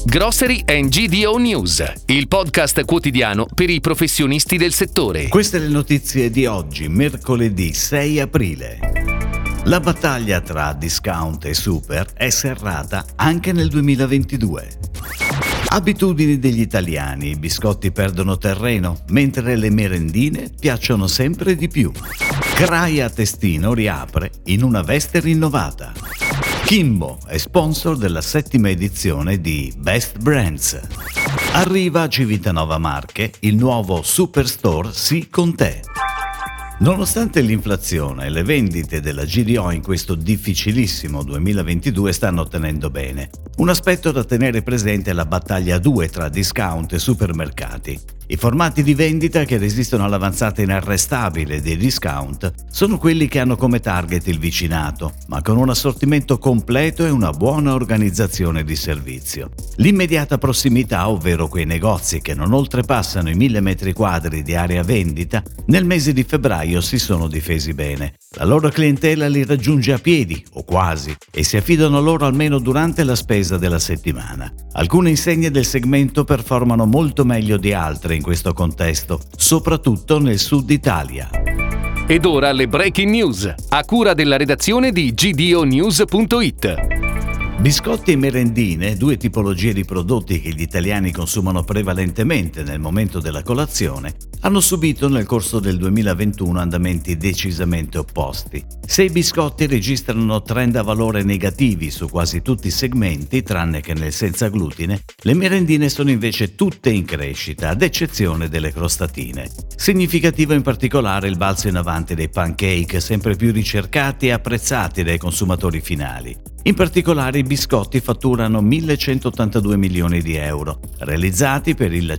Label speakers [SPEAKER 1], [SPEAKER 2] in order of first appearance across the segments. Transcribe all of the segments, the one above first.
[SPEAKER 1] Grocery and GDO News, il podcast quotidiano per i professionisti del settore.
[SPEAKER 2] Queste le notizie di oggi, mercoledì 6 aprile. La battaglia tra discount e super è serrata anche nel 2022. Abitudini degli italiani, i biscotti perdono terreno, mentre le merendine piacciono sempre di più. Kraia Testino riapre in una veste rinnovata. Kimbo è sponsor della 7ª edizione di Best Brands. Arriva a Civitanova Marche il nuovo Superstore Sì con te. Nonostante l'inflazione, le vendite della GDO in questo difficilissimo 2022 stanno tenendo bene. Un aspetto da tenere presente è la battaglia a due tra discount e supermercati. I formati di vendita che resistono all'avanzata inarrestabile dei discount sono quelli che hanno come target il vicinato, ma con un assortimento completo e una buona organizzazione di servizio. L'immediata prossimità, ovvero quei negozi che non oltrepassano i 1000 metri quadri di area vendita, nel mese di febbraio si sono difesi bene. La loro clientela li raggiunge a piedi, o quasi, e si affidano loro almeno durante la spesa della settimana. Alcune insegne del segmento performano molto meglio di altre in questo contesto, soprattutto nel sud Italia.
[SPEAKER 1] Ed ora le breaking news, a cura della redazione di gdonews.it.
[SPEAKER 2] Biscotti e merendine, due tipologie di prodotti che gli italiani consumano prevalentemente nel momento della colazione, hanno subito nel corso del 2021 andamenti decisamente opposti. Se i biscotti registrano trend a valore negativi su quasi tutti i segmenti, tranne che nel senza glutine, le merendine sono invece tutte in crescita, ad eccezione delle crostatine. Significativo in particolare il balzo in avanti dei pancake, sempre più ricercati e apprezzati dai consumatori finali. In particolare i biscotti fatturano 1.182 milioni di euro, realizzati per il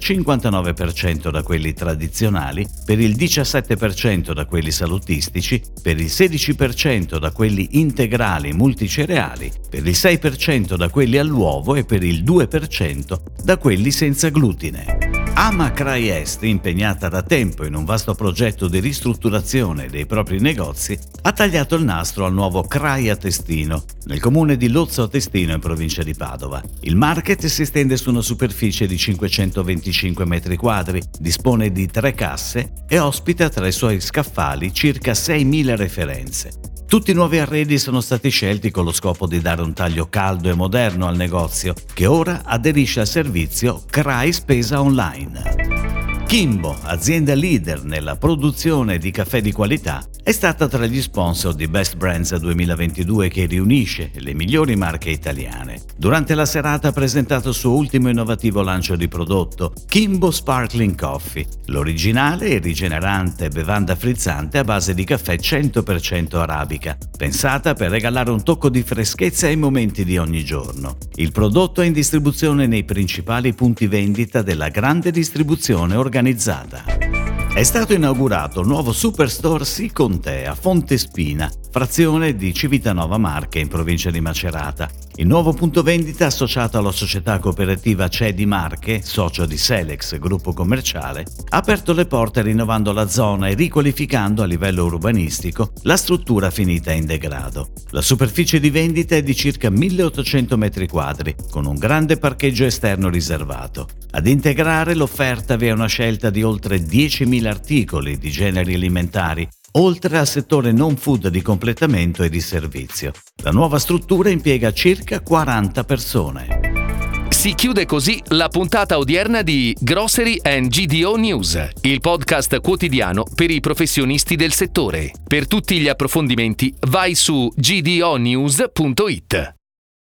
[SPEAKER 2] 59% da quelli tradizionali, per il 17% da quelli salutistici, per il 16% da quelli integrali multicereali, per il 6% da quelli all'uovo e per il 2% da quelli senza glutine. Ama Crai Est, impegnata da tempo in un vasto progetto di ristrutturazione dei propri negozi, ha tagliato il nastro al nuovo Kraia Testino, nel comune di Lozzo a Testino in provincia di Padova. Il market si estende su una superficie di 525 metri quadri, dispone di 3 casse e ospita tra i suoi scaffali circa 6.000 referenze. Tutti i nuovi arredi sono stati scelti con lo scopo di dare un taglio caldo e moderno al negozio, che ora aderisce al servizio Crai Spesa Online. Kimbo, azienda leader nella produzione di caffè di qualità, è stata tra gli sponsor di Best Brands 2022 che riunisce le migliori marche italiane. Durante la serata ha presentato il suo ultimo innovativo lancio di prodotto, Kimbo Sparkling Coffee, l'originale e rigenerante bevanda frizzante a base di caffè 100% arabica, pensata per regalare un tocco di freschezza ai momenti di ogni giorno. Il prodotto è in distribuzione nei principali punti vendita della grande distribuzione organizzata. È stato inaugurato il nuovo Superstore Sì con te a Fontespina, frazione di Civitanova Marche in provincia di Macerata. Il nuovo punto vendita associato alla società cooperativa CEDI Marche, socio di Selex, gruppo commerciale, ha aperto le porte rinnovando la zona e riqualificando a livello urbanistico la struttura finita in degrado. La superficie di vendita è di circa 1.800 metri quadri, con un grande parcheggio esterno riservato. Ad integrare l'offerta vi è una scelta di oltre 10.000 articoli di generi alimentari, oltre al settore non food di completamento e di servizio. La nuova struttura impiega circa 40 persone.
[SPEAKER 1] Si chiude così la puntata odierna di Grocery and GDO News, il podcast quotidiano per i professionisti del settore. Per tutti gli approfondimenti vai su gdonews.it.